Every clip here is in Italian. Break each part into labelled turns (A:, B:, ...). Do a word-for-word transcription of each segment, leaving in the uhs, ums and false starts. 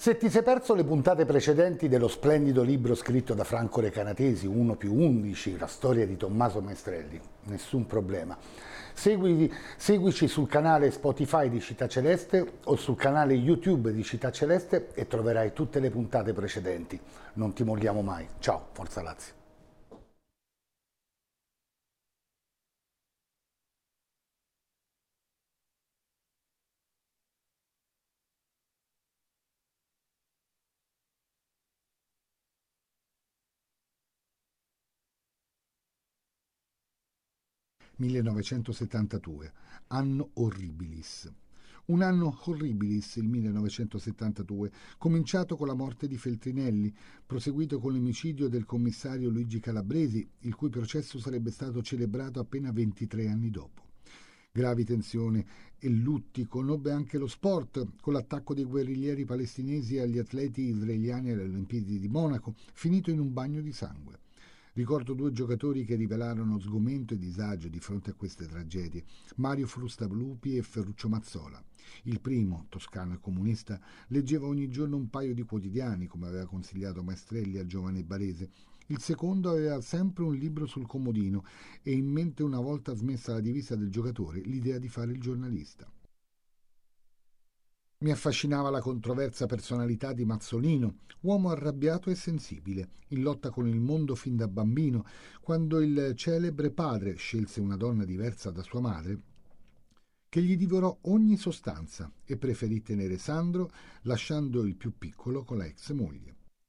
A: Se ti sei perso le puntate precedenti dello splendido libro scritto da Franco Recanatesi, uno più undici, la storia di Tommaso Maestrelli, nessun problema. Segui, seguici sul canale Spotify di Città Celeste o sul canale YouTube di Città Celeste e troverai tutte le puntate precedenti. Non ti molliamo mai. Ciao, Forza Lazio. millenovecentosettantadue, anno horribilis. Un anno horribilis, il millenovecentosettantadue, cominciato con la morte di Feltrinelli, proseguito con l'omicidio del commissario Luigi Calabresi, il cui processo sarebbe stato celebrato appena ventitré anni dopo. Gravi tensioni e lutti conobbe anche lo sport, con l'attacco dei guerriglieri palestinesi agli atleti israeliani alle Olimpiadi di Monaco, finito in un bagno di sangue. Ricordo due giocatori che rivelarono sgomento e disagio di fronte a queste tragedie, Mario Frustalupi e Ferruccio Mazzola. Il primo, toscano e comunista, leggeva ogni giorno un paio di quotidiani, come aveva consigliato Maestrelli al giovane barese. Il secondo aveva sempre un libro sul comodino e in mente, una volta smessa la divisa del giocatore, l'idea di fare il giornalista. Mi affascinava la controversa personalità di Mazzolino, uomo arrabbiato e sensibile, in lotta con il mondo fin da bambino, quando il celebre padre scelse una donna diversa da sua madre, che gli divorò ogni sostanza e preferì tenere Sandro, lasciando il più piccolo con la ex moglie.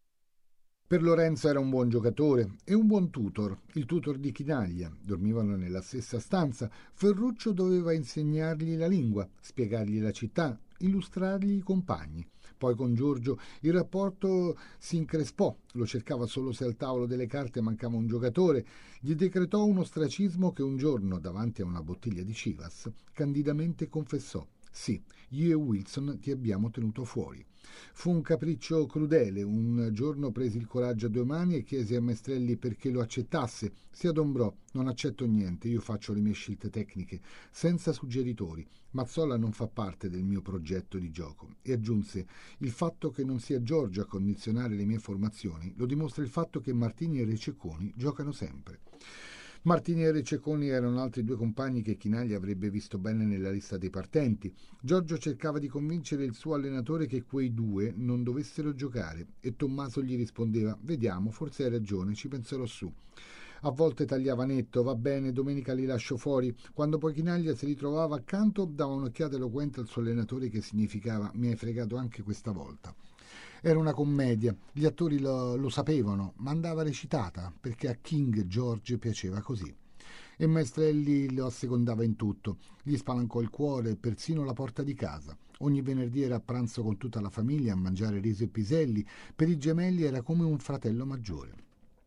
A: Per Lorenzo era un buon giocatore e un buon tutor, il tutor di Chinaglia. Dormivano nella stessa stanza. Ferruccio doveva insegnargli la lingua, spiegargli la città, illustrargli i compagni. Poi con Giorgio il rapporto si increspò, lo cercava solo se al tavolo delle carte mancava un giocatore. Gli decretò un ostracismo che un giorno, davanti a una bottiglia di Chivas, candidamente confessò: «Sì, io e Wilson ti abbiamo tenuto fuori». Fu un capriccio crudele. Un giorno presi il coraggio a due mani e chiesi a Maestrelli perché lo accettasse. Si adombrò: «Non accetto niente, io faccio le mie scelte tecniche, senza suggeritori. Mazzola non fa parte del mio progetto di gioco». E aggiunse: «Il fatto che non sia Giorgio a condizionare le mie formazioni lo dimostra il fatto che Martini e Rececconi giocano sempre». Martini e Rececconi erano altri due compagni che Chinaglia avrebbe visto bene nella lista dei partenti. Giorgio cercava di convincere il suo allenatore che quei due non dovessero giocare e Tommaso gli rispondeva: «Vediamo, forse hai ragione, ci penserò su». A volte tagliava netto: «Va bene, domenica li lascio fuori». Quando poi Chinaglia si ritrovava accanto, dava un'occhiata eloquente al suo allenatore che significava: «Mi hai fregato anche questa volta». Era una commedia, gli attori lo, lo sapevano, ma andava recitata perché a King George piaceva così. E Maestrelli lo assecondava in tutto, gli spalancò il cuore e persino la porta di casa. Ogni venerdì era a pranzo con tutta la famiglia a mangiare riso e piselli. Per i gemelli era come un fratello maggiore.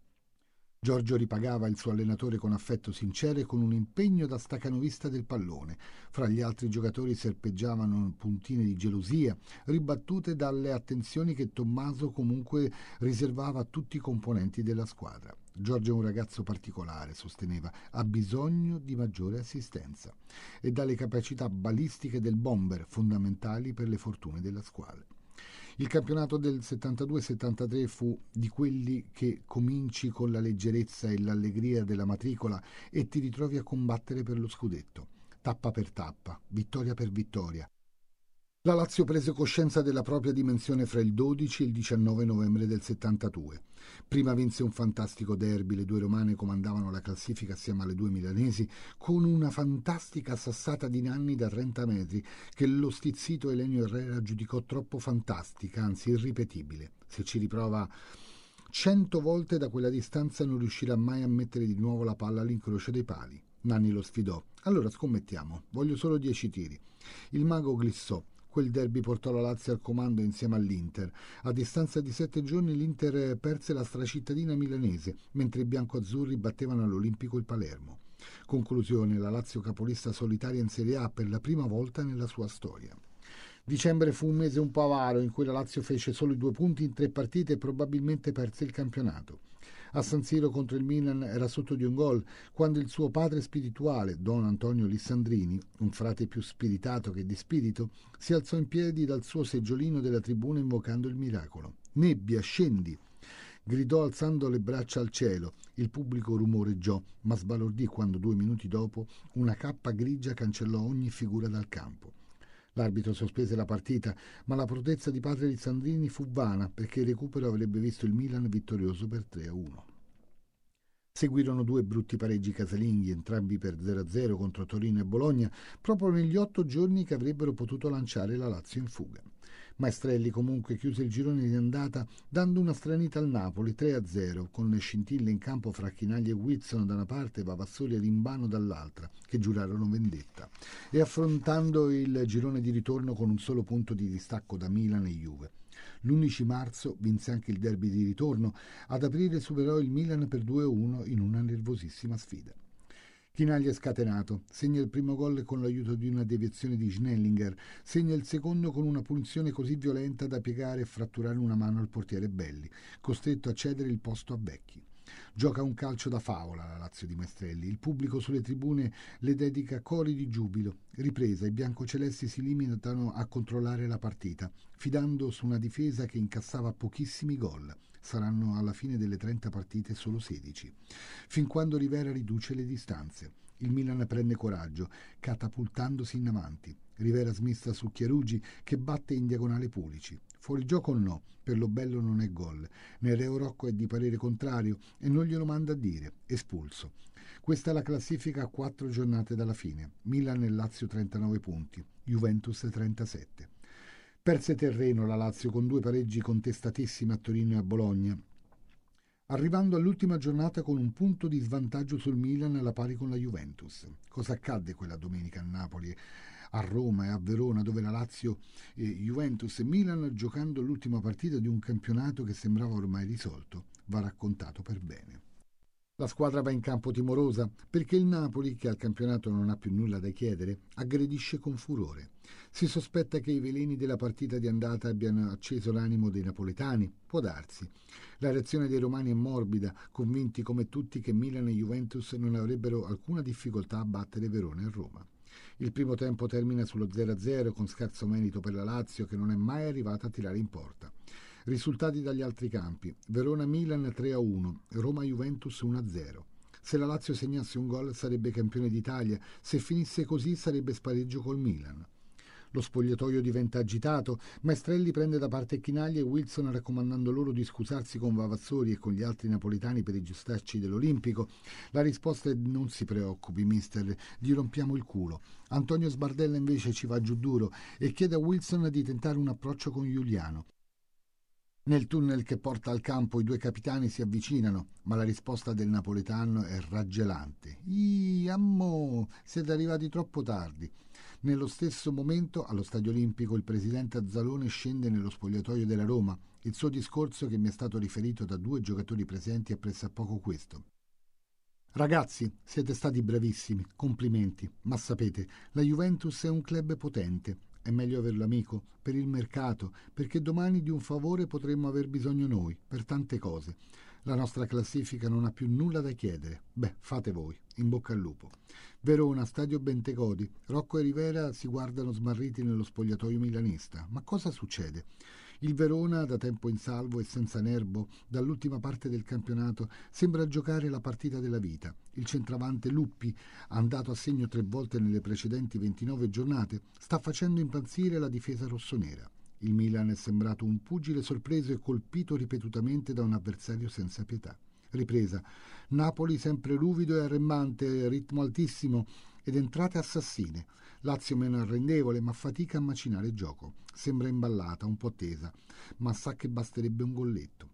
A: Giorgio ripagava il suo allenatore con affetto sincero e con un impegno da stacanovista del pallone. Fra gli altri giocatori serpeggiavano puntine di gelosia, ribattute dalle attenzioni che Tommaso comunque riservava a tutti i componenti della squadra. Giorgio è un ragazzo particolare, sosteneva, ha bisogno di maggiore assistenza, e dalle capacità balistiche del bomber, fondamentali per le fortune della squadra. Il campionato del settantadue settantatré fu di quelli che cominci con la leggerezza e l'allegria della matricola e ti ritrovi a combattere per lo scudetto, tappa per tappa, vittoria per vittoria. La Lazio prese coscienza della propria dimensione fra il dodici e il diciannove novembre del settantadue. Prima vinse un fantastico derby, le due romane comandavano la classifica assieme alle due milanesi, con una fantastica sassata di Nanni da trenta metri che lo stizzito Elenio Herrera giudicò troppo fantastica, anzi irripetibile. Se ci riprova cento volte da quella distanza non riuscirà mai a mettere di nuovo la palla all'incrocio dei pali. Nanni lo sfidò. «Allora scommettiamo, voglio solo dieci tiri». Il mago glissò. Quel derby portò la Lazio al comando insieme all'Inter. A distanza di sette giorni l'Inter perse la stracittadina milanese, mentre i biancoazzurri battevano all'Olimpico il Palermo. Conclusione: la Lazio capolista solitaria in Serie A per la prima volta nella sua storia. Dicembre fu un mese un po' avaro, in cui la Lazio fece solo due punti in tre partite e probabilmente perse il campionato. A San Siro contro il Milan era sotto di un gol quando il suo padre spirituale, Don Antonio Lissandrini, un frate più spiritato che di spirito, si alzò in piedi dal suo seggiolino della tribuna invocando il miracolo. «Nebbia, scendi!» gridò alzando le braccia al cielo. Il pubblico rumoreggiò, ma sbalordì quando due minuti dopo una cappa grigia cancellò ogni figura dal campo. L'arbitro sospese la partita, ma la prudenza di padre Lissandrini fu vana perché il recupero avrebbe visto il Milan vittorioso per tre a uno. Seguirono due brutti pareggi casalinghi, entrambi per zero a zero contro Torino e Bologna, proprio negli otto giorni che avrebbero potuto lanciare la Lazio in fuga. Maestrelli comunque chiuse il girone di andata dando una stranita al Napoli tre a zero, con le scintille in campo fra Chinaglia e Wilson da una parte e Vavassori e Limbano dall'altra, che giurarono vendetta, e affrontando il girone di ritorno con un solo punto di distacco da Milan e Juve. L'undici marzo vinse anche il derby di ritorno, ad aprile superò il Milan per due a uno in una nervosissima sfida. Chinaglia è scatenato, segna il primo gol con l'aiuto di una deviazione di Schnellinger, segna il secondo con una punizione così violenta da piegare e fratturare una mano al portiere Belli, costretto a cedere il posto a Vecchi. Gioca un calcio da favola la Lazio di Maestrelli, il pubblico sulle tribune le dedica cori di giubilo. Ripresa, i biancocelesti si limitano a controllare la partita, fidando su una difesa che incassava pochissimi gol. Saranno alla fine delle trenta partite solo sedici, fin quando Rivera riduce le distanze. Il Milan prende coraggio, catapultandosi in avanti. Rivera smista su Chiarugi che batte in diagonale Pulici. Fuori gioco o no, per lo bello non è gol. Nereo Rocco è di parere contrario e non glielo manda a dire, espulso. Questa è la classifica a quattro giornate dalla fine. Milan e Lazio trentanove punti, Juventus trentasette. Perse terreno la Lazio con due pareggi contestatissimi a Torino e a Bologna, arrivando all'ultima giornata con un punto di svantaggio sul Milan alla pari con la Juventus. Cosa accadde quella domenica a Napoli, a Roma e a Verona, dove la Lazio, eh, Juventus e Milan, giocando l'ultima partita di un campionato che sembrava ormai risolto, va raccontato per bene. La squadra va in campo timorosa perché il Napoli, che al campionato non ha più nulla da chiedere, aggredisce con furore. Si sospetta che i veleni della partita di andata abbiano acceso l'animo dei napoletani, può darsi. La reazione dei romani è morbida, convinti come tutti che Milan e Juventus non avrebbero alcuna difficoltà a battere Verona e Roma. Il primo tempo termina sullo zero a zero con scarso merito per la Lazio, che non è mai arrivata a tirare in porta. Risultati dagli altri campi: Verona-Milan tre a uno, Roma-Juventus uno a zero. Se la Lazio segnasse un gol sarebbe campione d'Italia, se finisse così sarebbe spareggio col Milan. Lo spogliatoio diventa agitato, Maestrelli prende da parte Chinaglia e Wilson raccomandando loro di scusarsi con Vavassori e con gli altri napoletani per i giustacci dell'Olimpico. La risposta è: non si preoccupi mister, gli rompiamo il culo. Antonio Sbardella invece ci va giù duro e chiede a Wilson di tentare un approccio con Giuliano. Nel tunnel che porta al campo i due capitani si avvicinano, ma la risposta del napoletano è raggelante. «Ih, ammo, siete arrivati troppo tardi». Nello stesso momento, allo Stadio Olimpico, il presidente Azzalone scende nello spogliatoio della Roma. Il suo discorso, che mi è stato riferito da due giocatori presenti, è pressappoco questo. «Ragazzi, siete stati bravissimi, complimenti, ma sapete, la Juventus è un club potente. È meglio averlo amico, per il mercato, perché domani di un favore potremmo aver bisogno noi, per tante cose. La nostra classifica non ha più nulla da chiedere. Beh, fate voi, in bocca al lupo». Verona, Stadio Bentegodi. Rocco e Rivera si guardano smarriti nello spogliatoio milanista. Ma cosa succede? Il Verona, da tempo in salvo e senza nervo, dall'ultima parte del campionato, sembra giocare la partita della vita. Il centravante Luppi, andato a segno tre volte nelle precedenti ventinove giornate, sta facendo impazzire la difesa rossonera. Il Milan è sembrato un pugile sorpreso e colpito ripetutamente da un avversario senza pietà. Ripresa. Napoli sempre ruvido e arremmante, ritmo altissimo ed entrate assassine. Lazio meno arrendevole, ma fatica a macinare il gioco. Sembra imballata, un po' tesa, ma sa che basterebbe un golletto.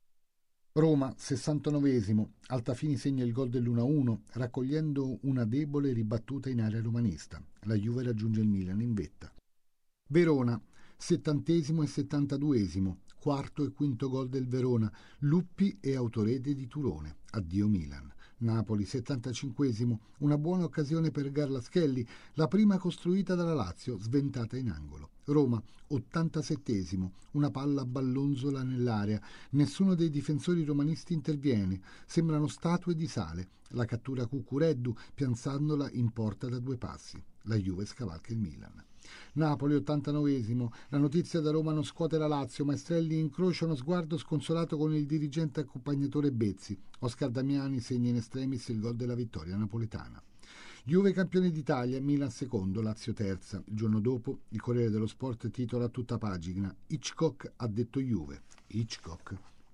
A: Roma, sessantanovesimo. Altafini segna il gol dell'uno a uno, raccogliendo una debole ribattuta in area romanista. La Juve raggiunge il Milan in vetta. Verona, settantesimo e settantaduesimo. Quarto e quinto gol del Verona, Luppi e autorete di Turone. Addio Milan. Napoli, settantacinquesimo, una buona occasione per Garlaschelli, la prima costruita dalla Lazio, sventata in angolo. Roma, ottantasettesimo, una palla ballonzola nell'area, nessuno dei difensori romanisti interviene, sembrano statue di sale, la cattura Cucureddu piazzandola in porta da due passi. La Juve scavalca il Milan. Napoli, ottantanovesimo, la notizia da Roma non scuote la Lazio, Maestrelli incrocia uno sguardo sconsolato con il dirigente accompagnatore Bezzi. Oscar Damiani segna in estremis il gol della vittoria napoletana. Juve campione d'Italia, Milan secondo, Lazio terza. Il giorno dopo il Corriere dello Sport titola a tutta pagina: Hitchcock ha detto Juve. Hitchcock.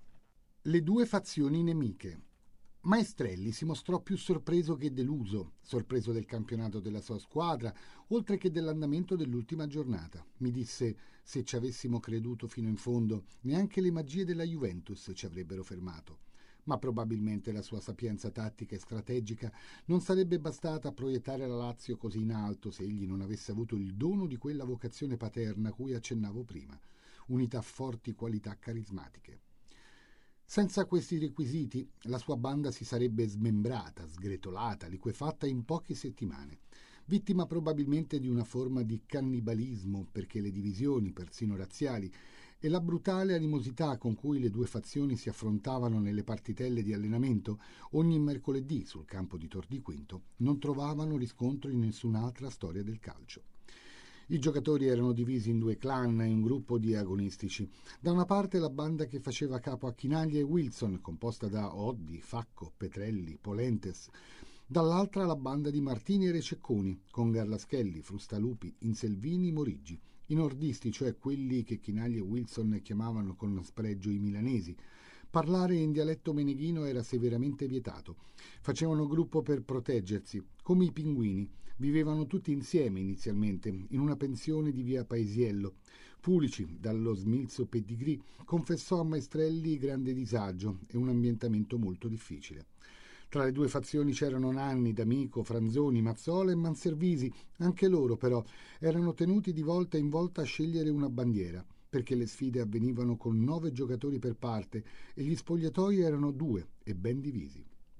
A: Le due fazioni nemiche. Maestrelli si mostrò più sorpreso che deluso, sorpreso del campionato della sua squadra, oltre che dell'andamento dell'ultima giornata. Mi disse: se ci avessimo creduto fino in fondo, neanche le magie della Juventus ci avrebbero fermato. Ma probabilmente la sua sapienza tattica e strategica non sarebbe bastata a proiettare la Lazio così in alto se egli non avesse avuto il dono di quella vocazione paterna a cui accennavo prima, unità forti qualità carismatiche. Senza questi requisiti la sua banda si sarebbe smembrata, sgretolata, liquefatta in poche settimane, vittima probabilmente di una forma di cannibalismo, perché le divisioni, persino razziali, e la brutale animosità con cui le due fazioni si affrontavano nelle partitelle di allenamento ogni mercoledì sul campo di Tor di Quinto non trovavano riscontro in nessun'altra storia del calcio. I giocatori erano divisi in due clan e un gruppo di agonistici. Da una parte la banda che faceva capo a Chinaglia e Wilson, composta da Oddi, Facco, Petrelli, Polentes. Dall'altra la banda di Martini e Rececconi, con Garlaschelli, Frustalupi, Inselvini, Morigi. I nordisti, cioè quelli che Chinaglia e Wilson chiamavano con spregio i milanesi. Parlare in dialetto meneghino era severamente vietato. Facevano gruppo per proteggersi, come i pinguini. Vivevano tutti insieme inizialmente, in una pensione di via Paesiello. Pulici, dallo smilzo pedigree, confessò a Maestrelli grande disagio e un ambientamento molto difficile. Tra le due fazioni c'erano Nanni, D'Amico, Franzoni, Mazzola e Manservisi. Anche loro, però, erano tenuti di volta in volta a scegliere una bandiera, perché le sfide avvenivano con nove giocatori per parte e gli spogliatoi erano due e ben divisi.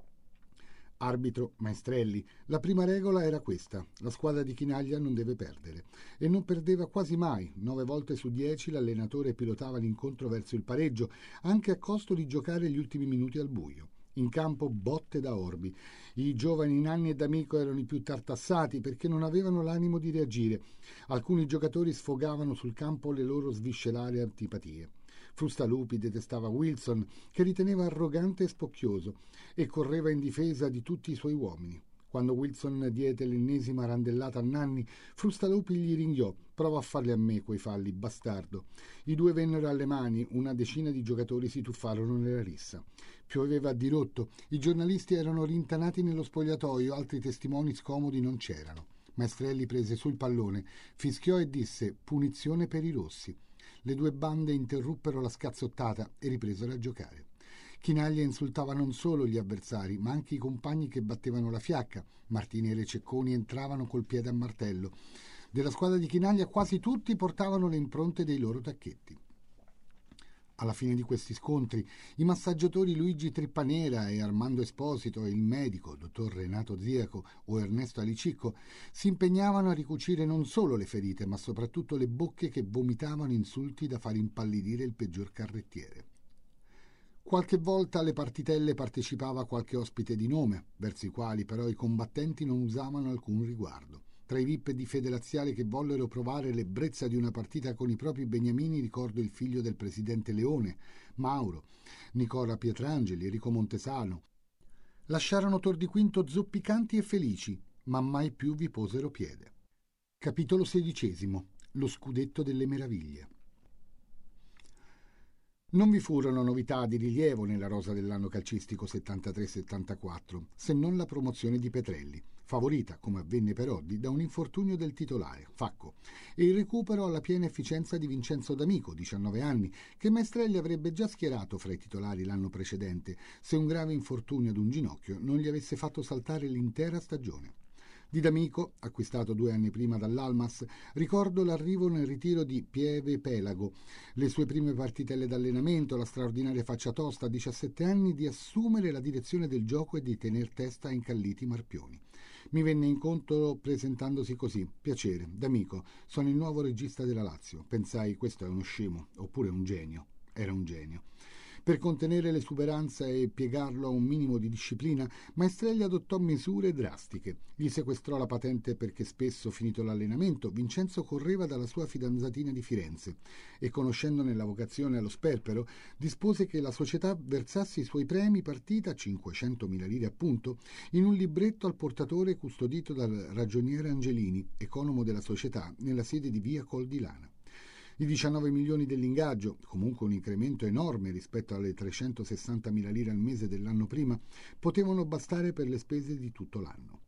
A: Arbitro Maestrelli. La prima regola era questa: la squadra di Chinaglia non deve perdere. E non perdeva quasi mai. Nove volte su dieci l'allenatore pilotava l'incontro verso il pareggio, anche a costo di giocare gli ultimi minuti al buio. In campo botte da orbi. I giovani Nanni e D'Amico erano i più tartassati perché non avevano l'animo di reagire. Alcuni giocatori sfogavano sul campo le loro sviscerate antipatie. Frustalupi detestava Wilson, che riteneva arrogante e spocchioso, e correva in difesa di tutti i suoi uomini. Quando Wilson diede l'ennesima randellata a Nanni, Frustalupi gli ringhiò: prova a farli a me quei falli, bastardo. I due vennero alle mani, una decina di giocatori si tuffarono nella rissa. Pioveva a dirotto, i giornalisti erano rintanati nello spogliatoio, altri testimoni scomodi non c'erano. Maestrelli prese sul pallone, fischiò e disse: punizione per i rossi. Le due bande interruppero la scazzottata e ripresero a giocare. Chinaglia insultava non solo gli avversari, ma anche i compagni che battevano la fiacca. Martini e Rececconi entravano col piede a martello. Della squadra di Chinaglia quasi tutti portavano le impronte dei loro tacchetti. Alla fine di questi scontri, i massaggiatori Luigi Trippanera e Armando Esposito e il medico, dottor Renato Ziaco o Ernesto Alicicco, si impegnavano a ricucire non solo le ferite, ma soprattutto le bocche che vomitavano insulti da far impallidire il peggior carrettiere. Qualche volta alle partitelle partecipava qualche ospite di nome, verso i quali però i combattenti non usavano alcun riguardo. Tra i V I P di Fede Laziale che vollero provare l'ebbrezza di una partita con i propri beniamini ricordo il figlio del presidente Leone, Mauro, Nicola Pietrangeli, Enrico Montesano. Lasciarono Tor di Quinto zoppicanti e felici, ma mai più vi posero piede. Capitolo sedicesimo. Lo scudetto delle meraviglie. Non vi furono novità di rilievo nella rosa dell'anno calcistico settantatré settantaquattro, se non la promozione di Petrelli, favorita, come avvenne per Oddi, da un infortunio del titolare, Facco, e il recupero alla piena efficienza di Vincenzo D'Amico, diciannove anni, che Maestrelli avrebbe già schierato fra i titolari l'anno precedente, se un grave infortunio ad un ginocchio non gli avesse fatto saltare l'intera stagione. Di D'Amico, acquistato due anni prima dall'Almas, ricordo l'arrivo nel ritiro di Pieve Pelago, le sue prime partitelle d'allenamento, la straordinaria faccia tosta a diciassette anni di assumere la direzione del gioco e di tener testa a incalliti marpioni. Mi venne incontro presentandosi così: piacere, D'Amico, sono il nuovo regista della Lazio. Pensai, questo è uno scemo, oppure un genio. Era un genio. Per contenere l'esuberanza e piegarlo a un minimo di disciplina, Maestrelli adottò misure drastiche. Gli sequestrò la patente perché spesso, finito l'allenamento, Vincenzo correva dalla sua fidanzatina di Firenze e, conoscendone la vocazione allo sperpero, dispose che la società versasse i suoi premi partita, cinquecentomila lire appunto, in un libretto al portatore custodito dal ragioniere Angelini, economo della società, nella sede di via Col di Lana. I diciannove milioni dell'ingaggio, comunque un incremento enorme rispetto alle trecentosessantamila lire al mese dell'anno prima, potevano bastare per le spese di tutto l'anno.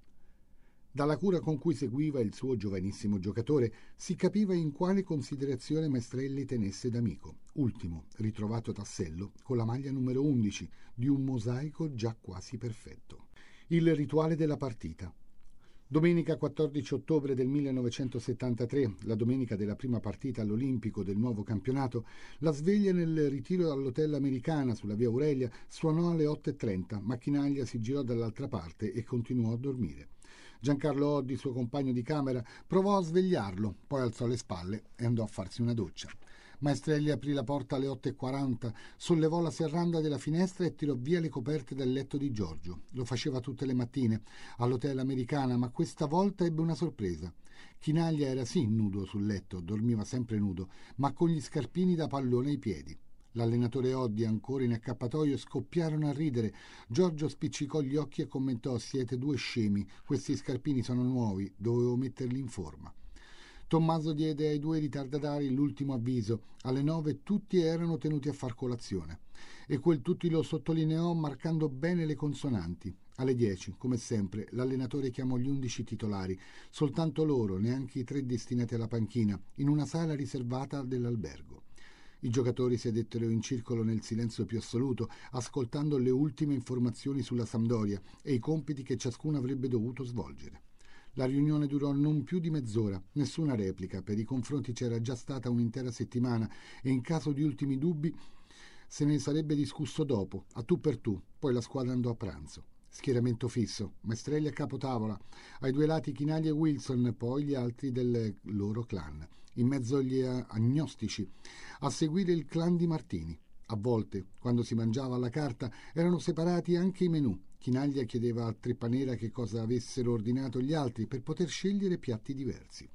A: Dalla cura con cui seguiva il suo giovanissimo giocatore si capiva in quale considerazione Maestrelli tenesse D'Amico, ultimo ritrovato tassello con la maglia numero undici di un mosaico già quasi perfetto. Il rituale della partita. Domenica quattordici ottobre del millenovecentosettantatré, la domenica della prima partita all'Olimpico del nuovo campionato, la sveglia nel ritiro dall'hotel Americana sulla via Aurelia suonò alle otto e trenta, ma Chinaglia si girò dall'altra parte e continuò a dormire. Giancarlo Oddi, suo compagno di camera, provò a svegliarlo, poi alzò le spalle e andò a farsi una doccia. Maestrelli aprì la porta alle otto e quaranta, sollevò la serranda della finestra e tirò via le coperte dal letto di Giorgio. Lo faceva tutte le mattine all'hotel Americana, ma questa volta ebbe una sorpresa. Chinaglia era sì nudo sul letto, dormiva sempre nudo, ma con gli scarpini da pallone ai piedi. L'allenatore Oddi, ancora in accappatoio, scoppiarono a ridere. Giorgio spiccicò gli occhi e commentò: siete due scemi, questi scarpini sono nuovi, dovevo metterli in forma. Tommaso diede ai due ritardatari l'ultimo avviso. Alle nove tutti erano tenuti a far colazione. E quel tutti lo sottolineò marcando bene le consonanti. Alle dieci, come sempre, l'allenatore chiamò gli undici titolari, soltanto loro, neanche i tre destinati alla panchina, in una sala riservata dell'albergo. I giocatori sedettero in circolo nel silenzio più assoluto, ascoltando le ultime informazioni sulla Sampdoria e i compiti che ciascuno avrebbe dovuto svolgere. La riunione durò non più di mezz'ora, nessuna replica, per i confronti c'era già stata un'intera settimana e in caso di ultimi dubbi se ne sarebbe discusso dopo, a tu per tu, poi la squadra andò a pranzo. Schieramento fisso, Maestrelli a capotavola, ai due lati Chinaglia e Wilson, poi gli altri del loro clan, in mezzo gli agnostici, a seguire il clan di Martini. A volte, quando si mangiava alla carta, erano separati anche i menù. Chinaglia chiedeva a Trippanera che cosa avessero ordinato gli altri per poter scegliere piatti diversi.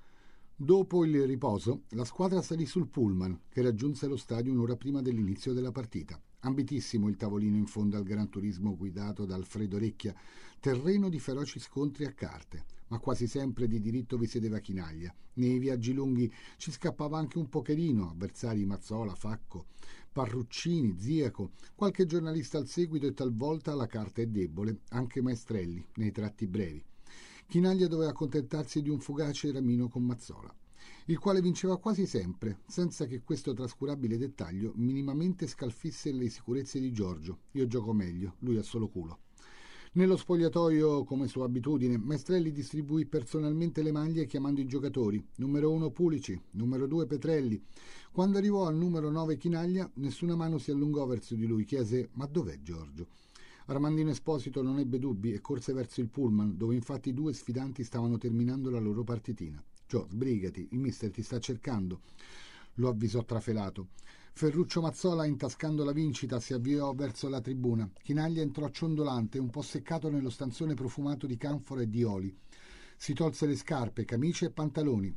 A: Dopo il riposo, la squadra salì sul pullman, che raggiunse lo stadio un'ora prima dell'inizio della partita. Ambitissimo il tavolino in fondo al Gran Turismo guidato da Alfredo Recchia, terreno di feroci scontri a carte, ma quasi sempre di diritto vi sedeva Chinaglia. Nei viaggi lunghi ci scappava anche un pocherino, avversari Mazzola, Facco, Parruccini, Ziaco, qualche giornalista al seguito e talvolta la carta è debole, anche Maestrelli, nei tratti brevi. Chinaglia doveva accontentarsi di un fugace ramino con Mazzola, il quale vinceva quasi sempre, senza che questo trascurabile dettaglio minimamente scalfisse le sicurezze di Giorgio. Io gioco meglio, lui ha solo culo. Nello spogliatoio, come sua abitudine, Maestrelli distribuì personalmente le maglie chiamando i giocatori. Numero uno Pulici, numero due Petrelli. Quando arrivò al numero nove Chinaglia, nessuna mano si allungò verso di lui, chiese: ma dov'è Giorgio? Armandino Esposito non ebbe dubbi e corse verso il pullman, dove infatti i due sfidanti stavano terminando la loro partitina. Gio, sbrigati, il mister ti sta cercando, lo avvisò trafelato. Ferruccio Mazzola, intascando la vincita, si avviò verso la tribuna. Chinaglia entrò ciondolante, un po' seccato nello stanzone profumato di canfora e di oli. Si tolse le scarpe, camicie e pantaloni.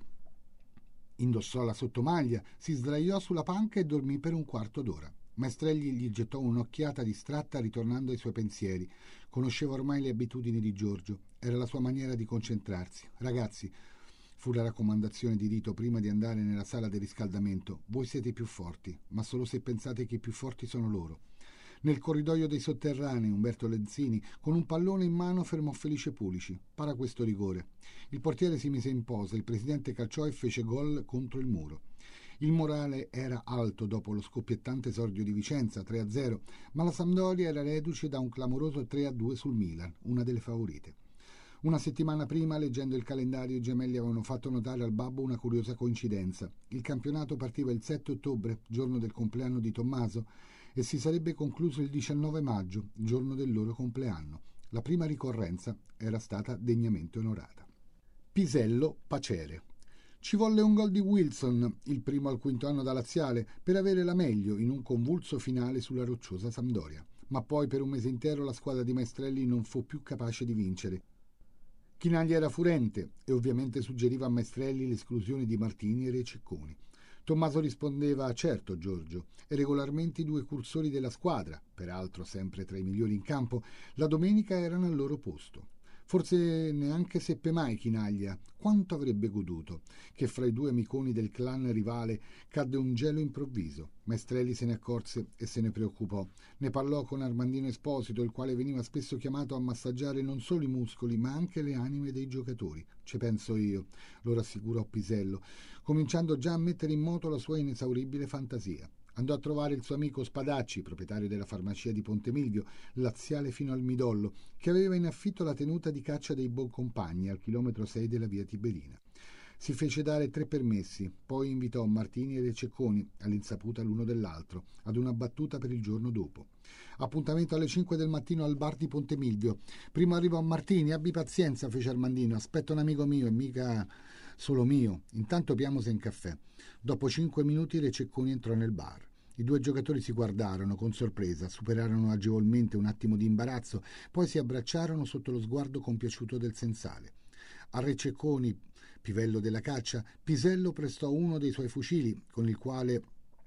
A: Indossò la sottomaglia, si sdraiò sulla panca e dormì per un quarto d'ora. Maestrelli gli gettò un'occhiata distratta ritornando ai suoi pensieri. Conosceva ormai le abitudini di Giorgio. Era la sua maniera di concentrarsi. Ragazzi, fu la raccomandazione di Rito prima di andare nella sala del riscaldamento, voi siete i più forti, ma solo se pensate che i più forti sono loro. Nel corridoio dei sotterranei, Umberto Lenzini, con un pallone in mano, fermò Felice Pulici. Para questo rigore. Il portiere si mise in posa, il presidente calciò e fece gol contro il muro. Il morale era alto dopo lo scoppiettante esordio di Vicenza, tre a zero, ma la Sampdoria era reduce da un clamoroso tre a due sul Milan, una delle favorite. Una settimana prima, leggendo il calendario, i gemelli avevano fatto notare al babbo una curiosa coincidenza. Il campionato partiva il sette ottobre, giorno del compleanno di Tommaso, e si sarebbe concluso il diciannove maggio, giorno del loro compleanno. La prima ricorrenza era stata degnamente onorata. Pisello Pacere. Ci volle un gol di Wilson, il primo al quinto anno da laziale, per avere la meglio in un convulso finale sulla rocciosa Sampdoria. Ma poi per un mese intero la squadra di Maestrelli non fu più capace di vincere. Chinaglia era furente e ovviamente suggeriva a Maestrelli l'esclusione di Martini e Rececconi. Tommaso rispondeva certo Giorgio, e regolarmente i due cursori della squadra, peraltro sempre tra i migliori in campo, la domenica erano al loro posto. Forse neanche seppe mai Chinaglia quanto avrebbe goduto, che fra i due amiconi del clan rivale cadde un gelo improvviso. Maestrelli se ne accorse e se ne preoccupò. Ne parlò con Armandino Esposito, il quale veniva spesso chiamato a massaggiare non solo i muscoli, ma anche le anime dei giocatori. Ci penso io, lo rassicurò Pisello, cominciando già a mettere in moto la sua inesauribile fantasia. Andò a trovare il suo amico Spadacci, proprietario della farmacia di Ponte Milvio, laziale fino al midollo, che aveva in affitto la tenuta di caccia dei Boncompagni al chilometro sei della via Tiberina. Si fece dare tre permessi, poi invitò Martini e Rececconi, all'insaputa l'uno dell'altro, ad una battuta per il giorno dopo. Appuntamento alle cinque del mattino al bar di Ponte Milvio. Prima arrivò Martini, abbi pazienza, fece Armandino, aspetta un amico mio e mica solo mio, intanto piamose in caffè. Dopo cinque minuti Rececconi entrò nel bar. I due giocatori si guardarono con sorpresa, superarono agevolmente un attimo di imbarazzo, poi si abbracciarono sotto lo sguardo compiaciuto del sensale. A Rececconi, pivello della caccia, Pisello prestò uno dei suoi fucili, con il quale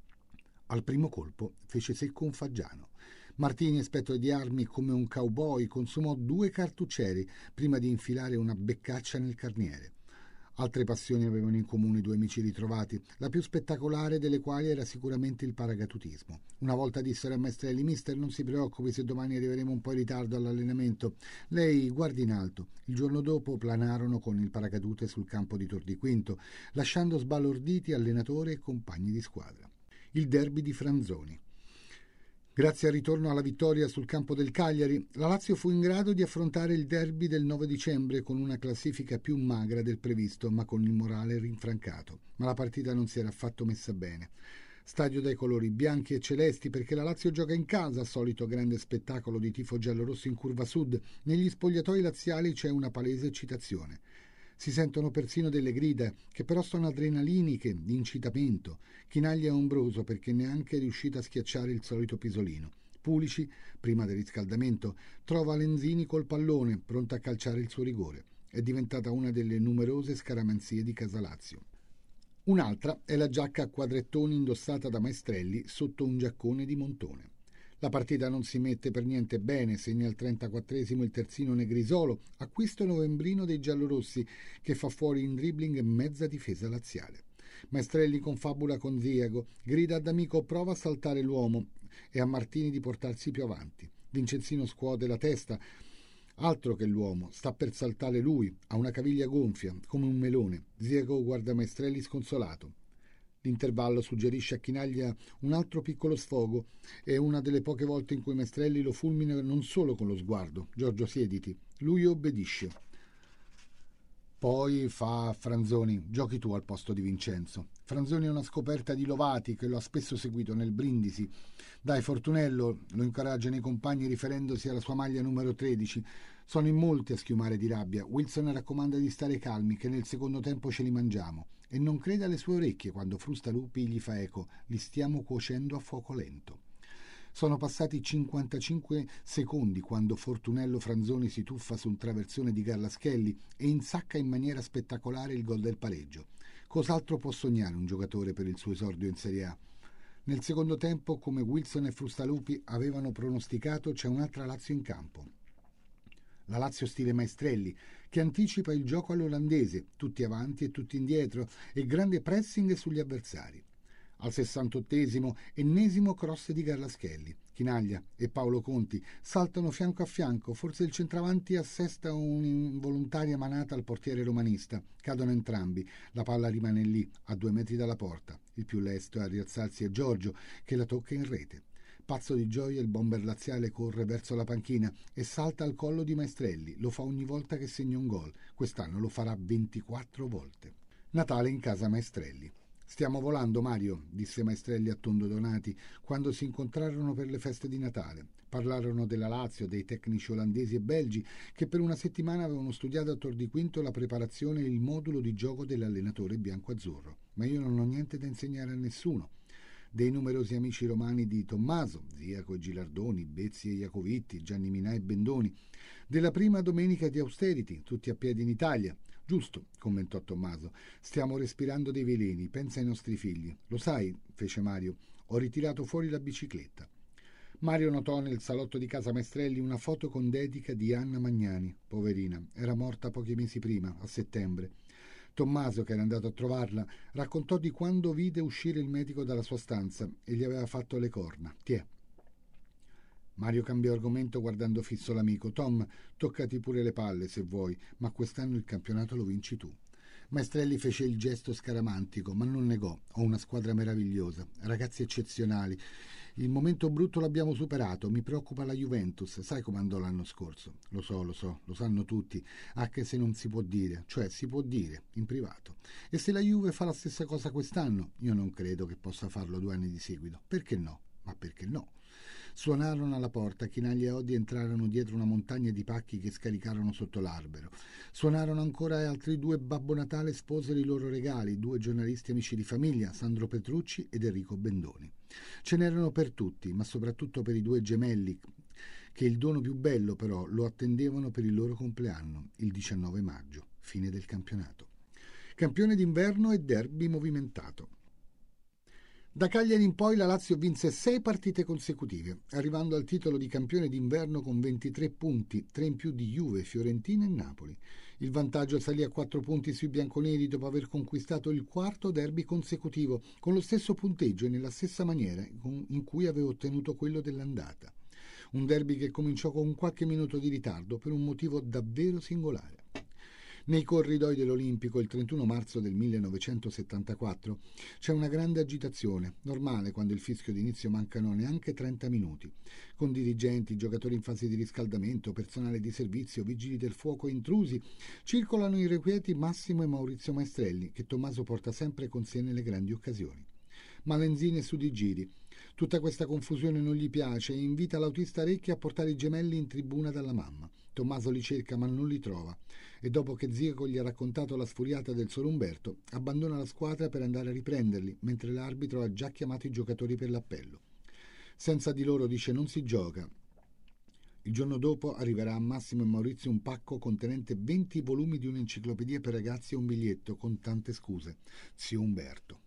A: al primo colpo fece secco un fagiano. Martini, esperto di armi come un cowboy, consumò due cartuccieri prima di infilare una beccaccia nel carniere. Altre passioni avevano in comune i due amici ritrovati, la più spettacolare delle quali era sicuramente il paracadutitismo. Una volta dissero a Maestrelli: mister, non si preoccupi se domani arriveremo un po' in ritardo all'allenamento. Lei guardi in alto. Il giorno dopo planarono con il paracadute sul campo di Tor di Quinto, lasciando sbalorditi allenatore e compagni di squadra. Il derby di Franzoni. Grazie al ritorno alla vittoria sul campo del Cagliari, la Lazio fu in grado di affrontare il derby del nove dicembre con una classifica più magra del previsto, ma con il morale rinfrancato. Ma la partita non si era affatto messa bene. Stadio dai colori bianchi e celesti perché la Lazio gioca in casa, solito grande spettacolo di tifo giallorosso in curva sud. Negli spogliatoi laziali c'è una palese eccitazione. Si sentono persino delle grida, che però sono adrenaliniche, di incitamento. Chinaglia è ombroso perché neanche è riuscito a schiacciare il solito pisolino. Pulici, prima del riscaldamento, trova Lenzini col pallone, pronto a calciare il suo rigore. È diventata una delle numerose scaramanzie di Casalazio. Un'altra è la giacca a quadrettoni indossata da Maestrelli sotto un giaccone di montone. La partita non si mette per niente bene, segna al trentaquattresimo il terzino Negrisolo, acquisto novembrino dei giallorossi, che fa fuori in dribbling mezza difesa laziale. Maestrelli confabula con Ziago, grida ad Amico prova a saltare l'uomo e a Martini di portarsi più avanti. Vincenzino scuote la testa, altro che l'uomo, sta per saltare lui, ha una caviglia gonfia, come un melone. Ziago guarda Maestrelli sconsolato. L'intervallo suggerisce a Chinaglia un altro piccolo sfogo e una delle poche volte in cui Maestrelli lo fulmina non solo con lo sguardo. Giorgio, siediti. Lui obbedisce. Poi fa Franzoni: giochi tu al posto di Vincenzo. Franzoni è una scoperta di Lovati, che lo ha spesso seguito nel Brindisi. Dai Fortunello, lo incoraggiano i compagni riferendosi alla sua maglia numero tredici. Sono in molti a schiumare di rabbia. Wilson raccomanda di stare calmi, che nel secondo tempo ce li mangiamo. E non crede alle sue orecchie quando Frustalupi gli fa eco: li stiamo cuocendo a fuoco lento. Sono passati cinquantacinque secondi quando Fortunello Franzoni si tuffa su un traversone di Garlaschelli e insacca in maniera spettacolare il gol del pareggio. Cos'altro può sognare un giocatore per il suo esordio in Serie A? Nel secondo tempo, come Wilson e Frustalupi avevano pronosticato, c'è un'altra Lazio in campo. La Lazio stile Maestrelli, che anticipa il gioco all'olandese, tutti avanti e tutti indietro, e grande pressing sugli avversari. Al sessantottesimo, ennesimo cross di Garlaschelli. Chinaglia e Paolo Conti saltano fianco a fianco, forse il centravanti assesta un'involontaria manata al portiere romanista. Cadono entrambi, la palla rimane lì, a due metri dalla porta. Il più lesto a rialzarsi è Giorgio, che la tocca in rete. Pazzo di gioia, il bomber laziale corre verso la panchina e salta al collo di Maestrelli. Lo fa ogni volta che segna un gol. Quest'anno lo farà ventiquattro volte. Natale in casa Maestrelli. Stiamo volando, Mario, disse Maestrelli a Tondo Donati quando si incontrarono per le feste di Natale. Parlarono della Lazio, dei tecnici olandesi e belgi che per una settimana avevano studiato a tor di quinto la preparazione e il modulo di gioco dell'allenatore bianco-azzurro. Ma io non ho niente da insegnare a nessuno. Dei numerosi amici romani di Tommaso, Ziaco e Gilardoni, Bezzi e Iacovitti, Gianni Minà e Bendoni, della prima domenica di Austerity, tutti a piedi in Italia. Giusto, commentò Tommaso, stiamo respirando dei veleni, pensa ai nostri figli. Lo sai, fece Mario, ho ritirato fuori la bicicletta. Mario notò nel salotto di casa Maestrelli una foto con dedica di Anna Magnani, poverina, era morta pochi mesi prima, a settembre. Tommaso, che era andato a trovarla, raccontò di quando vide uscire il medico dalla sua stanza e gli aveva fatto le corna. Tiè. Mario cambiò argomento guardando fisso l'amico. Tom, toccati pure le palle se vuoi, ma quest'anno il campionato lo vinci tu. Maestrelli fece il gesto scaramantico, ma non negò. Ho una squadra meravigliosa, ragazzi eccezionali. Il momento brutto l'abbiamo superato, mi preoccupa la Juventus, sai come andò l'anno scorso? Lo so, lo so, lo sanno tutti, anche se non si può dire, cioè si può dire, in privato. E se la Juve fa la stessa cosa quest'anno? Io non credo che possa farlo due anni di seguito. Perché no? Ma perché no? Suonarono alla porta, Chinaglia e Oddi entrarono dietro una montagna di pacchi che scaricarono sotto l'albero. Suonarono ancora e altri due. Babbo Natale sposero i loro regali, due giornalisti amici di famiglia, Sandro Petrucci ed Enrico Bendoni. Ce n'erano per tutti, ma soprattutto per i due gemelli, che il dono più bello però lo attendevano per il loro compleanno, il diciannove maggio, fine del campionato. Campione d'inverno e derby movimentato. Da Cagliari in poi la Lazio vinse sei partite consecutive, arrivando al titolo di campione d'inverno con ventitré punti, tre in più di Juve, Fiorentina e Napoli. Il vantaggio salì a quattro punti sui bianconeri dopo aver conquistato il quarto derby consecutivo, con lo stesso punteggio e nella stessa maniera in cui aveva ottenuto quello dell'andata. Un derby che cominciò con qualche minuto di ritardo per un motivo davvero singolare. Nei corridoi dell'Olimpico il trentuno marzo del millenovecentosettantaquattro c'è una grande agitazione, normale quando il fischio d'inizio mancano neanche trenta minuti, con dirigenti, giocatori in fase di riscaldamento, personale di servizio, vigili del fuoco e intrusi. Circolano irrequieti Massimo e Maurizio Maestrelli, che Tommaso porta sempre con sé nelle grandi occasioni. Malenzini e su di giri. Tutta questa confusione non gli piace e invita l'autista Recchi a portare i gemelli in tribuna dalla mamma. Tommaso li cerca ma non li trova e dopo che Ziaco gli ha raccontato la sfuriata del Sor Umberto abbandona la squadra per andare a riprenderli mentre l'arbitro ha già chiamato i giocatori per l'appello. Senza di loro, dice, non si gioca. Il giorno dopo arriverà a Massimo e Maurizio un pacco contenente venti volumi di un'enciclopedia per ragazzi e un biglietto con tante scuse. Zio Umberto.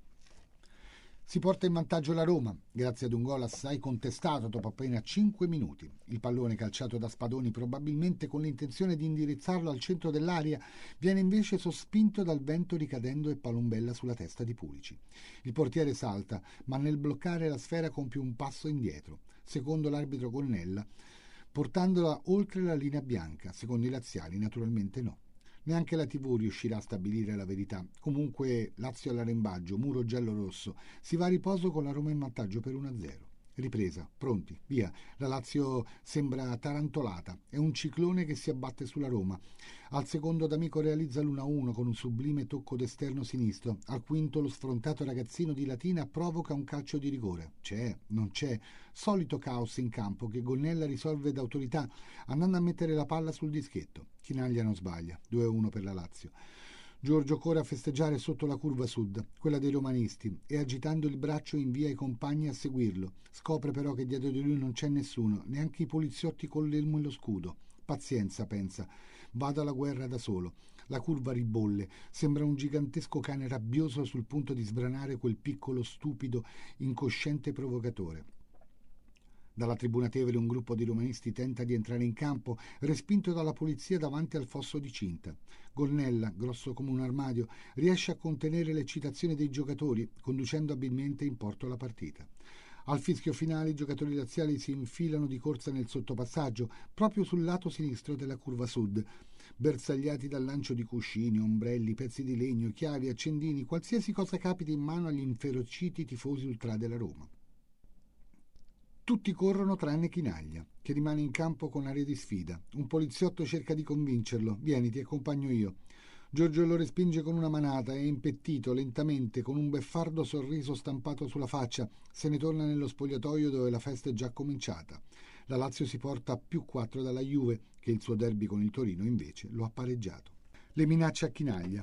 A: Si porta in vantaggio la Roma, grazie ad un gol assai contestato dopo appena cinque minuti. Il pallone calciato da Spadoni, probabilmente con l'intenzione di indirizzarlo al centro dell'area, viene invece sospinto dal vento ricadendo e palombella sulla testa di Pulici. Il portiere salta, ma nel bloccare la sfera compie un passo indietro, secondo l'arbitro Gonnella, portandola oltre la linea bianca, secondo i laziali naturalmente no. Neanche la tivù riuscirà a stabilire la verità. Comunque Lazio all'arrembaggio, muro giallo-rosso, si va a riposo con la Roma in vantaggio per uno a zero. Ripresa, pronti, via. La Lazio sembra tarantolata, è un ciclone che si abbatte sulla Roma. Al secondo D'Amico realizza l'uno a uno con un sublime tocco d'esterno sinistro. Al quinto lo sfrontato ragazzino di Latina provoca un calcio di rigore. C'è, non c'è. Solito caos in campo che Gonnella risolve d'autorità andando a mettere la palla sul dischetto. Chinaglia non sbaglia, due a uno per la Lazio. Giorgio corre a festeggiare sotto la curva sud, quella dei romanisti, e agitando il braccio invia i compagni a seguirlo. Scopre però che dietro di lui non c'è nessuno, neanche i poliziotti con l'elmo e lo scudo. Pazienza, pensa, vado alla guerra da solo. La curva ribolle, sembra un gigantesco cane rabbioso sul punto di sbranare quel piccolo stupido, incosciente provocatore. Dalla tribuna Tevere un gruppo di romanisti tenta di entrare in campo, respinto dalla polizia davanti al fosso di Cinta. Gonnella, grosso come un armadio, riesce a contenere l'eccitazione dei giocatori, conducendo abilmente in porto la partita. Al fischio finale i giocatori laziali si infilano di corsa nel sottopassaggio, proprio sul lato sinistro della curva sud, bersagliati dal lancio di cuscini, ombrelli, pezzi di legno, chiavi, accendini, qualsiasi cosa capiti in mano agli inferociti tifosi ultra della Roma. Tutti corrono tranne Chinaglia, che rimane in campo con aria di sfida. Un poliziotto cerca di convincerlo. Vieni, ti accompagno io. Giorgio lo respinge con una manata e, impettito lentamente, con un beffardo sorriso stampato sulla faccia, se ne torna nello spogliatoio dove la festa è già cominciata. La Lazio si porta a più quattro dalla Juve, che il suo derby con il Torino invece lo ha pareggiato. Le minacce a Chinaglia.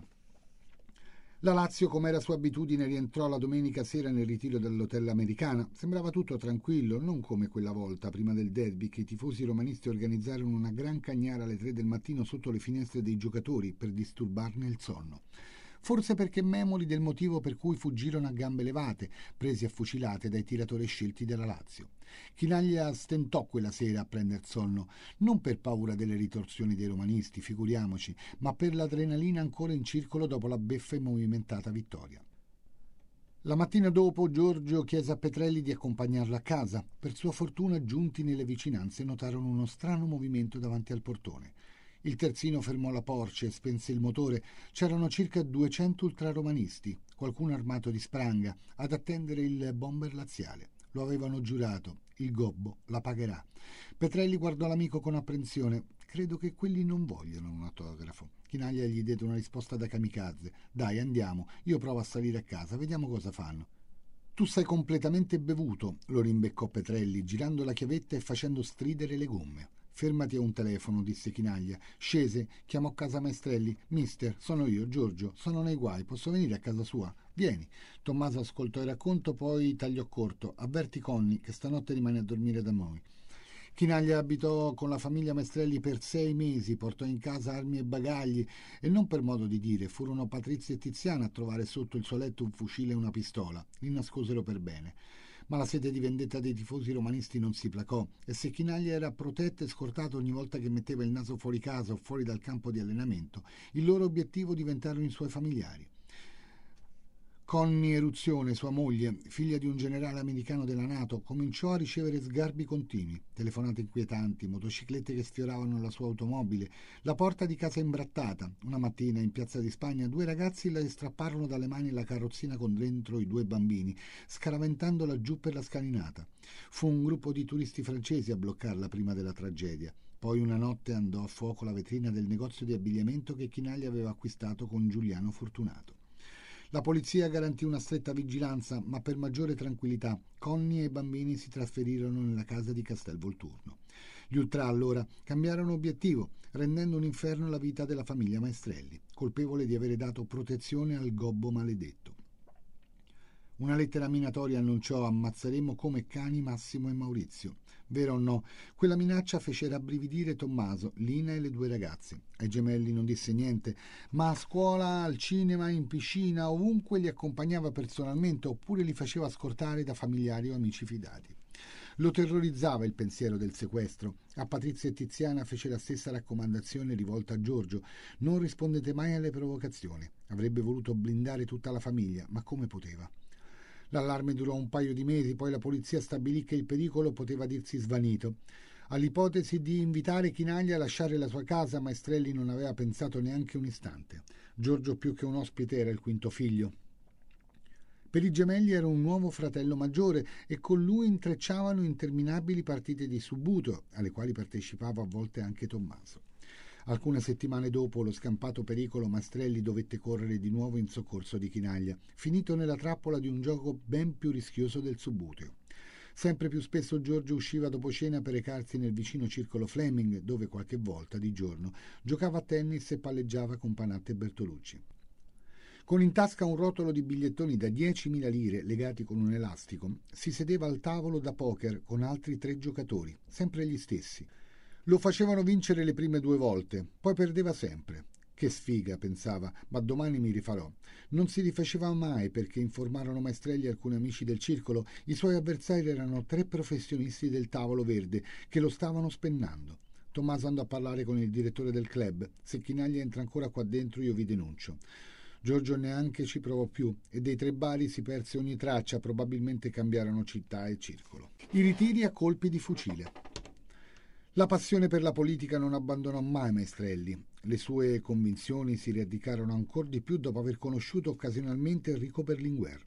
A: La Lazio, come era sua abitudine, rientrò la domenica sera nel ritiro dell'hotel Americana. Sembrava tutto tranquillo, non come quella volta, prima del derby, che i tifosi romanisti organizzarono una gran cagnara alle tre del mattino sotto le finestre dei giocatori per disturbarne il sonno. Forse perché memori del motivo per cui fuggirono a gambe levate, presi a fucilate dai tiratori scelti della Lazio. Chinaglia stentò quella sera a prender sonno, non per paura delle ritorsioni dei romanisti, figuriamoci, ma per l'adrenalina ancora in circolo dopo la beffa e movimentata vittoria. La mattina dopo Giorgio chiese a Petrelli di accompagnarlo a casa. Per sua fortuna, giunti nelle vicinanze, notarono uno strano movimento davanti al portone. Il terzino fermò la Porsche e spense il motore. C'erano circa duecento ultraromanisti, qualcuno armato di spranga, ad attendere il bomber laziale. Lo avevano giurato, il gobbo la pagherà. Petrelli guardò l'amico con apprensione. Credo che quelli non vogliono un autografo. Chinaglia gli diede una risposta da kamikaze. Dai, andiamo, io provo a salire a casa, vediamo cosa fanno. Tu sei completamente bevuto, lo rimbeccò Petrelli, girando la chiavetta e facendo stridere le gomme. Fermati a un telefono, disse Chinaglia. Scese, chiamò casa Maestrelli. Mister, sono io, Giorgio, sono nei guai, posso venire a casa sua? Vieni. Tommaso ascoltò il racconto, poi tagliò corto. Avverti Conny che stanotte rimane a dormire da noi. Chinaglia abitò con la famiglia Maestrelli per sei mesi, portò in casa armi e bagagli e non per modo di dire, furono Patrizia e Tiziana a trovare sotto il suo letto un fucile e una pistola. Li nascosero per bene. Ma la sete di vendetta dei tifosi romanisti non si placò e se Chinaglia era protetto e scortato ogni volta che metteva il naso fuori casa o fuori dal campo di allenamento, il loro obiettivo diventarono i suoi familiari. Conny Eruzione, sua moglie, figlia di un generale americano della NATO, cominciò a ricevere sgarbi continui, telefonate inquietanti, motociclette che sfioravano la sua automobile, la porta di casa imbrattata. Una mattina in Piazza di Spagna due ragazzi le strapparono dalle mani la carrozzina con dentro i due bambini, scaraventandola giù per la scalinata. Fu un gruppo di turisti francesi a bloccarla prima della tragedia. Poi una notte andò a fuoco la vetrina del negozio di abbigliamento che Chinaglia aveva acquistato con Giuliano Fortunato. La polizia garantì una stretta vigilanza, ma per maggiore tranquillità Conny e i bambini si trasferirono nella casa di Castel Volturno. Gli ultra allora cambiarono obiettivo, rendendo un inferno la vita della famiglia Maestrelli, colpevole di avere dato protezione al gobbo maledetto. Una lettera minatoria annunciò: ammazzeremo come cani Massimo e Maurizio. Vero o no, quella minaccia fece rabbrividire Tommaso, Lina e le due ragazze. Ai gemelli non disse niente, ma a scuola, al cinema, in piscina, ovunque li accompagnava personalmente oppure li faceva scortare da familiari o amici fidati. Lo terrorizzava il pensiero del sequestro. A Patrizia e Tiziana fece la stessa raccomandazione rivolta a Giorgio: non rispondete mai alle provocazioni. Avrebbe voluto blindare tutta la famiglia, ma come poteva? L'allarme durò un paio di mesi, poi la polizia stabilì che il pericolo poteva dirsi svanito. All'ipotesi di invitare Chinaglia a lasciare la sua casa, Maestrelli non aveva pensato neanche un istante. Giorgio più che un ospite era il quinto figlio. Per i gemelli era un nuovo fratello maggiore e con lui intrecciavano interminabili partite di subbuteo, alle quali partecipava a volte anche Tommaso. Alcune settimane dopo lo scampato pericolo, Maestrelli dovette correre di nuovo in soccorso di Chinaglia, finito nella trappola di un gioco ben più rischioso del subbuteo. Sempre più spesso Giorgio usciva dopo cena per recarsi nel vicino circolo Fleming, dove qualche volta di giorno giocava a tennis e palleggiava con Panatte e Bertolucci. Con in tasca un rotolo di bigliettoni da diecimila lire legati con un elastico, si sedeva al tavolo da poker con altri tre giocatori, sempre gli stessi. Lo facevano vincere le prime due volte, poi perdeva sempre. Che sfiga, pensava, ma domani mi rifarò. Non si rifaceva mai perché informarono Maestrelli e alcuni amici del circolo. I suoi avversari erano tre professionisti del tavolo verde che lo stavano spennando. Tommaso andò a parlare con il direttore del club. Se Chinaglia entra ancora qua dentro io vi denuncio. Giorgio neanche ci provò più e dei tre bari si perse ogni traccia, probabilmente cambiarono città e circolo. I ritiri a colpi di fucile. La passione per la politica non abbandonò mai Maestrelli. Le sue convinzioni si radicarono ancor di più dopo aver conosciuto occasionalmente Enrico Berlinguer.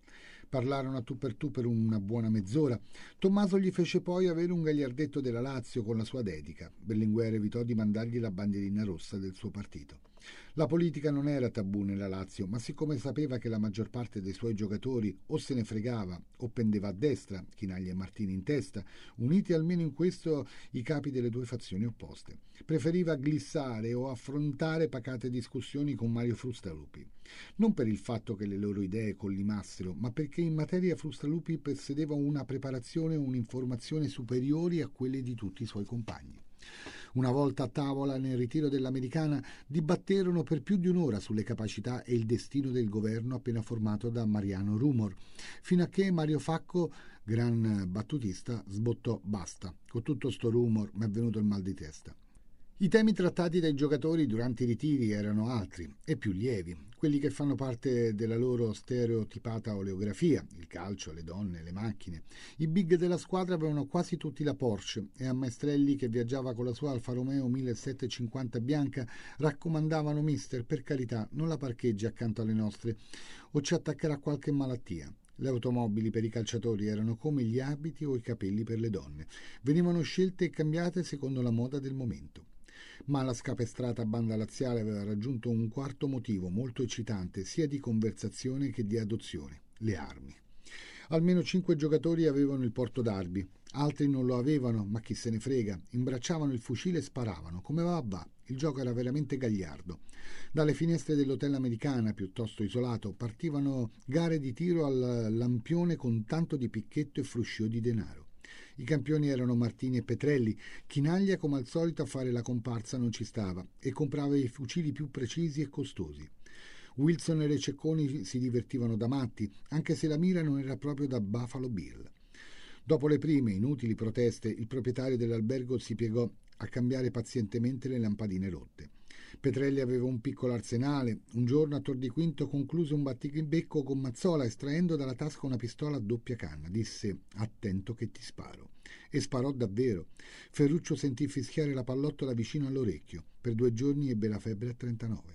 A: Parlarono a tu per tu per una buona mezz'ora. Tommaso gli fece poi avere un gagliardetto della Lazio con la sua dedica. Berlinguer evitò di mandargli la bandierina rossa del suo partito. La politica non era tabù nella Lazio, ma siccome sapeva che la maggior parte dei suoi giocatori o se ne fregava o pendeva a destra, Chinaglia e Martini in testa, uniti almeno in questo i capi delle due fazioni opposte, preferiva glissare o affrontare pacate discussioni con Mario Frustalupi. Non per il fatto che le loro idee collimassero, ma perché in materia Frustalupi possedeva una preparazione e un'informazione superiori a quelle di tutti i suoi compagni. Una volta a tavola nel ritiro dell'Americana dibatterono per più di un'ora sulle capacità e il destino del governo appena formato da Mariano Rumor, fino a che Mario Facco, gran battutista, sbottò basta, con tutto sto rumor mi è venuto il mal di testa. I temi trattati dai giocatori durante i ritiri erano altri e più lievi, quelli che fanno parte della loro stereotipata oleografia, il calcio, le donne, le macchine. I big della squadra avevano quasi tutti la Porsche e a Maestrelli, che viaggiava con la sua Alfa Romeo millesettecentocinquanta bianca, raccomandavano: mister, per carità, non la parcheggi accanto alle nostre o ci attaccherà qualche malattia. Le automobili per i calciatori erano come gli abiti o i capelli per le donne. Venivano scelte e cambiate secondo la moda del momento. Ma la scapestrata banda laziale aveva raggiunto un quarto motivo molto eccitante sia di conversazione che di adozione: le armi. Almeno cinque giocatori avevano il porto d'armi, altri non lo avevano, ma chi se ne frega, imbracciavano il fucile e sparavano, come va va, il gioco era veramente gagliardo. Dalle finestre dell'hotel Americana, piuttosto isolato, partivano gare di tiro al lampione con tanto di picchetto e fruscio di denaro. I campioni erano Martini e Petrelli. Chinaglia, come al solito, a fare la comparsa non ci stava e comprava i fucili più precisi e costosi. Wilson e Rececconi si divertivano da matti, anche se la mira non era proprio da Buffalo Bill. Dopo le prime inutili proteste, il proprietario dell'albergo si piegò a cambiare pazientemente le lampadine rotte. Petrelli aveva un piccolo arsenale. Un giorno a Tor di Quinto concluse un battibecco con Mazzola estraendo dalla tasca una pistola a doppia canna. Disse: attento che ti sparo. E sparò davvero. Ferruccio sentì fischiare la pallottola vicino all'orecchio. Per due giorni ebbe la febbre a trentanove.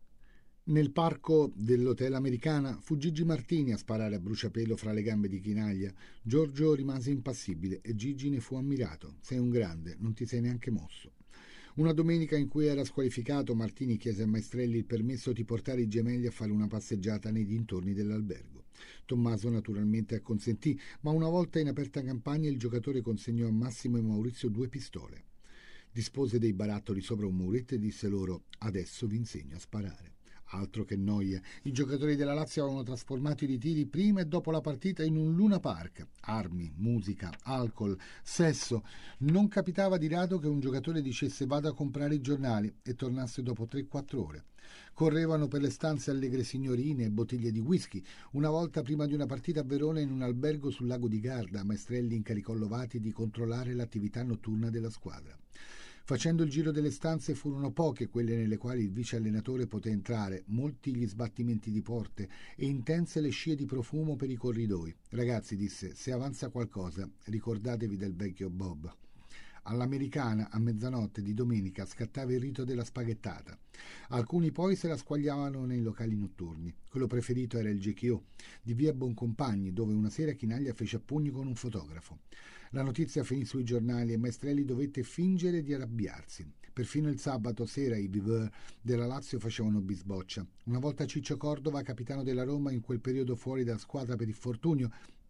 A: Nel parco dell'hotel Americana fu Gigi Martini a sparare a bruciapelo fra le gambe di Chinaglia. Giorgio rimase impassibile e Gigi ne fu ammirato. Sei un grande, non ti sei neanche mosso. Una domenica in cui era squalificato, Martini chiese a Maestrelli il permesso di portare i gemelli a fare una passeggiata nei dintorni dell'albergo. Tommaso naturalmente acconsentì, ma una volta in aperta campagna il giocatore consegnò a Massimo e Maurizio due pistole. Dispose dei barattoli sopra un muretto e disse loro: adesso vi insegno a sparare. Altro che noia. I giocatori della Lazio avevano trasformato i ritiri prima e dopo la partita in un Luna Park. Armi, musica, alcol, sesso. Non capitava di rado che un giocatore dicesse vado a comprare i giornali e tornasse dopo tre quattro ore. Correvano per le stanze allegre signorine e bottiglie di whisky. Una volta, prima di una partita a Verona, in un albergo sul lago di Garda, Maestrelli incaricò Lovati di controllare l'attività notturna della squadra. Facendo il giro delle stanze, furono poche quelle nelle quali il vice allenatore poté entrare, molti gli sbattimenti di porte e intense le scie di profumo per i corridoi. Ragazzi, disse, se avanza qualcosa, ricordatevi del vecchio Bob. All'Americana, a mezzanotte di domenica, scattava il rito della spaghettata. Alcuni poi se la squagliavano nei locali notturni. Quello preferito era il G K O di via Boncompagni, dove una sera Chinaglia fece a pugni con un fotografo. La notizia finì sui giornali e Maestrelli dovette fingere di arrabbiarsi. Perfino il sabato sera i viveur della Lazio facevano bisboccia. Una volta Ciccio Cordova, capitano della Roma, in quel periodo fuori dalla squadra per infortunio,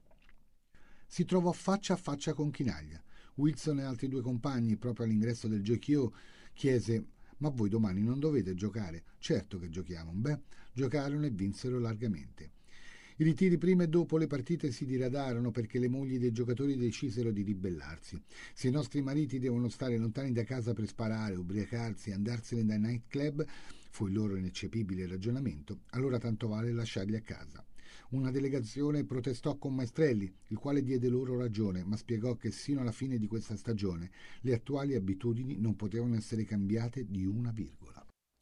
A: si trovò faccia a faccia con Chinaglia. Wilson e altri due compagni, proprio all'ingresso del G K O, chiese: ma voi domani non dovete giocare? Certo che giochiamo. Beh, giocarono e vinsero largamente. I ritiri prima e dopo le partite si diradarono perché le mogli dei giocatori decisero di ribellarsi. Se i nostri mariti devono stare lontani da casa per sparare, ubriacarsi e andarsene dai night club, fu il loro ineccepibile ragionamento, allora tanto vale lasciarli a casa. Una delegazione protestò con Maestrelli, il quale diede loro ragione, ma spiegò che sino alla fine di questa stagione le attuali abitudini non potevano essere cambiate di una virgola.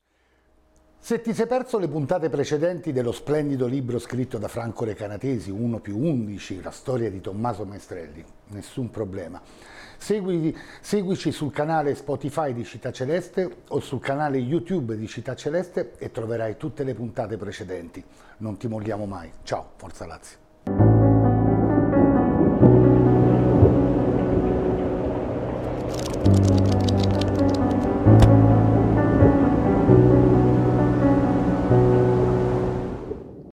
A: Se ti sei perso le puntate precedenti dello splendido libro scritto da Franco Recanatesi, uno più undici, la storia di Tommaso Maestrelli, nessun problema. Segui, seguici sul canale Spotify di Città Celeste o sul canale YouTube di Città Celeste e troverai tutte le puntate precedenti. Non ti molliamo mai. Ciao, Forza Lazio.